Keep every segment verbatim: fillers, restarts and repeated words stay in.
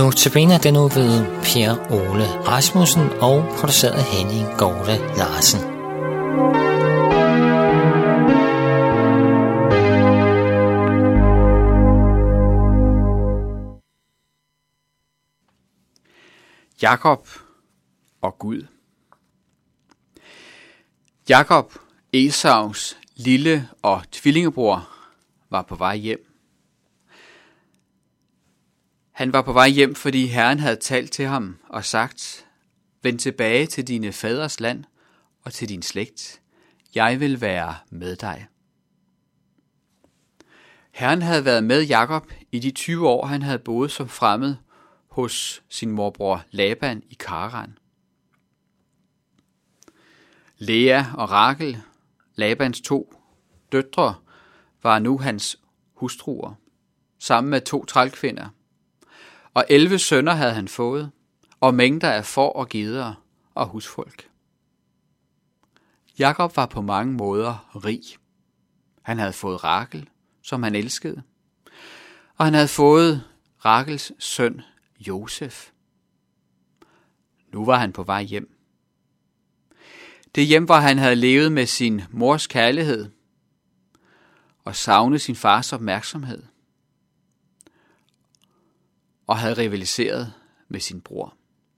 Notabene den nu ved Per Ole Rasmussen og produceret Henning Gorte Larsen. Jakob og Gud. Jakob, Esaus lille og tvillingebror, var på vej hjem. Han var på vej hjem, fordi Herren havde talt til ham og sagt: Vend tilbage til dine faders land og til din slægt. Jeg vil være med dig. Herren havde været med Jakob i de tyve år, han havde boet som fremmed hos sin morbror Laban i Karan. Lea og Rachel, Labans to døtre, var nu hans hustruer, sammen med to trælkvinder. Og elleve sønner havde han fået, og mængder af får og geder og husfolk. Jakob var på mange måder rig. Han havde fået Rachel, som han elskede, og han havde fået Rachels søn Josef. Nu var han på vej hjem. Det hjem, hvor han havde levet med sin mors kærlighed og savnet sin fars opmærksomhed, og havde rivaliseret med sin bror.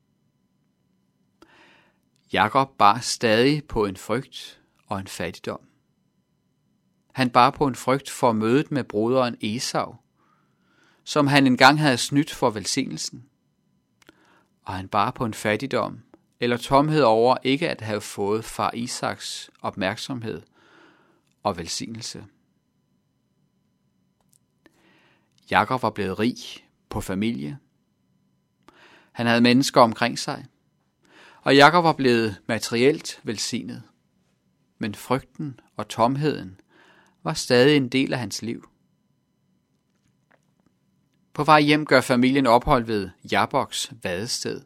Jakob bar stadig på en frygt og en fattigdom. Han bar på en frygt for mødet med broderen Esau, som han engang havde snydt for velsignelsen. Og han bar på en fattigdom eller tomhed over ikke at have fået far Isaks opmærksomhed og velsignelse. Jakob var blevet rig på familie. Han havde mennesker omkring sig, og Jakob var blevet materielt velsignet. Men frygten og tomheden var stadig en del af hans liv. På vej hjem gør familien ophold ved Jabboks vadested.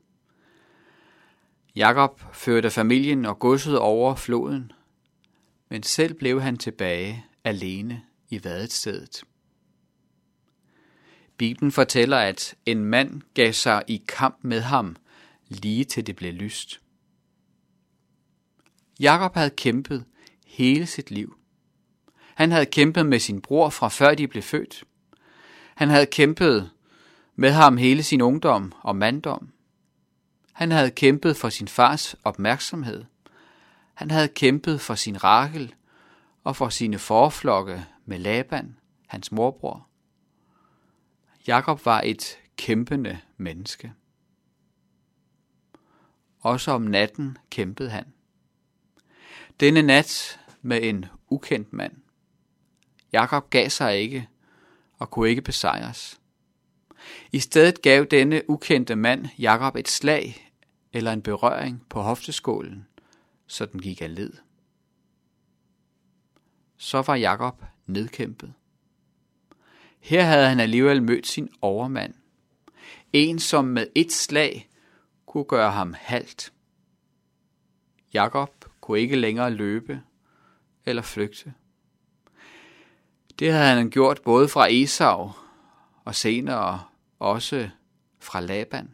Jakob førte familien og godset over floden, men selv blev han tilbage alene i vadestedet. Bibelen fortæller, at en mand gav sig i kamp med ham, lige til det blev lyst. Jakob havde kæmpet hele sit liv. Han havde kæmpet med sin bror fra før de blev født. Han havde kæmpet med ham hele sin ungdom og manddom. Han havde kæmpet for sin fars opmærksomhed. Han havde kæmpet for sin Rachel og for sine forflokke med Laban, hans morbror. Jakob var et kæmpende menneske. Også om natten kæmpede han. Denne nat med en ukendt mand. Jakob gav sig ikke og kunne ikke besejres. I stedet gav denne ukendte mand Jakob et slag eller en berøring på hofteskålen, så den gik af led. Så var Jakob nedkæmpet. Her havde han alligevel mødt sin overmand. En, som med et slag kunne gøre ham halt. Jakob kunne ikke længere løbe eller flygte. Det havde han gjort både fra Esau og senere også fra Laban.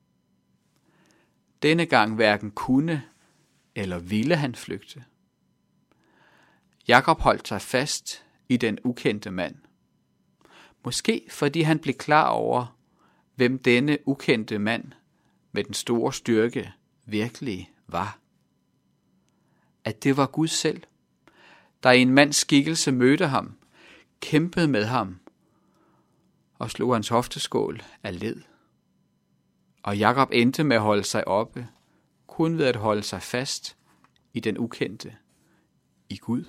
Denne gang hverken kunne eller ville han flygte. Jakob holdt sig fast i den ukendte mand. Måske fordi han blev klar over, hvem denne ukendte mand med den store styrke virkelig var. At det var Gud selv, der i en mands skikkelse mødte ham, kæmpede med ham og slog hans hofteskål af led. Og Jakob endte med at holde sig oppe, kun ved at holde sig fast i den ukendte, i Gud.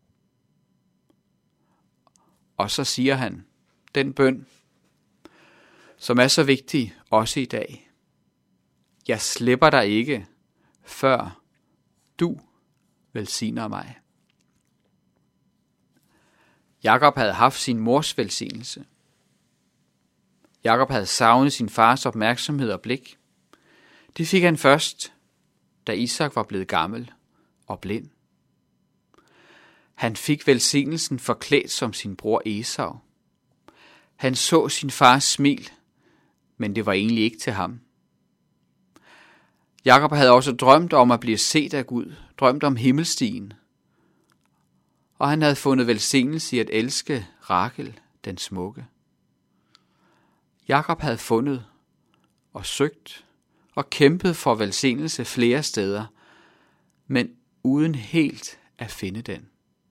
Og så siger han den bøn, som er så vigtig også i dag. Jeg slipper dig ikke, før du velsigner mig. Jakob havde haft sin mors velsignelse. Jakob havde savnet sin fars opmærksomhed og blik. Det fik han først, da Isak var blevet gammel og blind. Han fik velsignelsen forklædt som sin bror Esau. Han så sin fars smil, men det var egentlig ikke til ham. Jakob havde også drømt om at blive set af Gud, drømt om himmelstigen, og han havde fundet velsignelse i at elske Rachel, den smukke. Jakob havde fundet og søgt og kæmpet for velsignelse flere steder, men uden helt at finde den.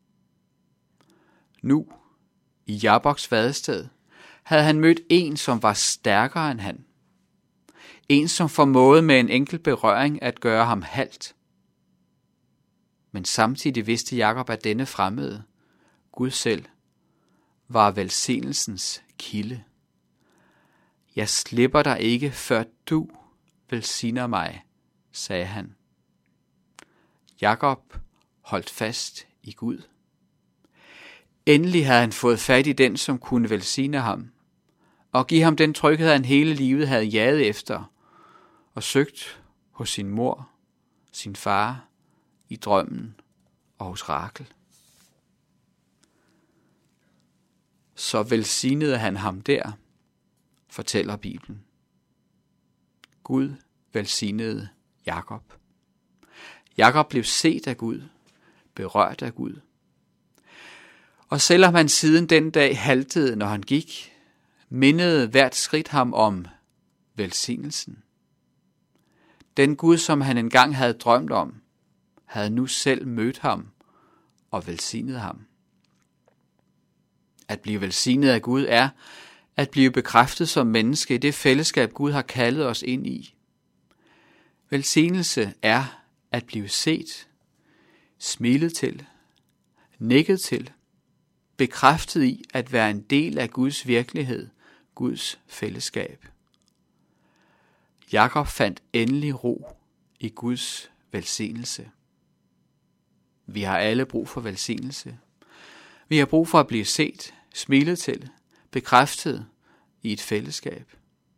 Nu, i Jaboks vadested, havde han mødt en, som var stærkere end han. En, som formåede med en enkelt berøring at gøre ham halt. Men samtidig vidste Jakob, at denne fremmede, Gud selv, var velsignelsens kilde. Jeg slipper dig ikke, før du velsigner mig, sagde han. Jakob holdt fast i Gud. Endelig havde han fået fat i den, som kunne velsigne ham, og give ham den tryghed, han hele livet havde jaget efter, og søgt hos sin mor, sin far, i drømmen og hos Rachel. Så velsignede han ham der, fortæller Bibelen. Gud velsignede Jakob. Jakob blev set af Gud, berørt af Gud. Og selvom han siden den dag haltede, når han gik, mindede hvert skridt ham om velsignelsen. Den Gud, som han engang havde drømt om, havde nu selv mødt ham og velsignet ham. At blive velsignet af Gud er at blive bekræftet som menneske i det fællesskab, Gud har kaldet os ind i. Velsignelse er at blive set, smilet til, nikket til, bekræftet i at være en del af Guds virkelighed, Guds fællesskab. Jakob fandt endelig ro i Guds velsignelse. Vi har alle brug for velsignelse. Vi har brug for at blive set, smilet til, bekræftet i et fællesskab.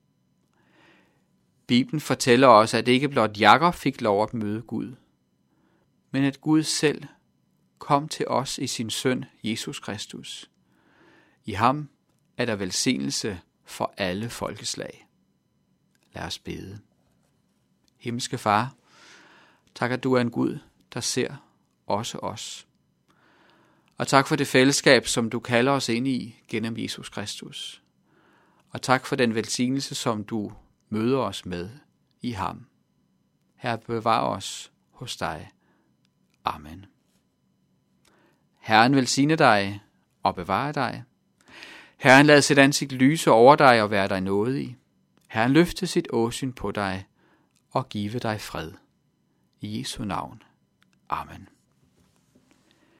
Bibelen fortæller os, at ikke blot Jakob fik lov at møde Gud, men at Gud selv kom til os i sin søn Jesus Kristus. I ham er der velsignelse for alle folkeslag. Lad os bede. Himmelske Far, tak at du er en Gud, der ser også os. Og tak for det fællesskab, som du kalder os ind i gennem Jesus Kristus. Og tak for den velsignelse, som du møder os med i ham. Herre, bevar os hos dig. Amen. Herren velsigne dig og bevare dig. Herren lad sit ansigt lyse over dig og være dig nådig. Herren løfte sit åsyn på dig og give dig fred. I Jesu navn. Amen.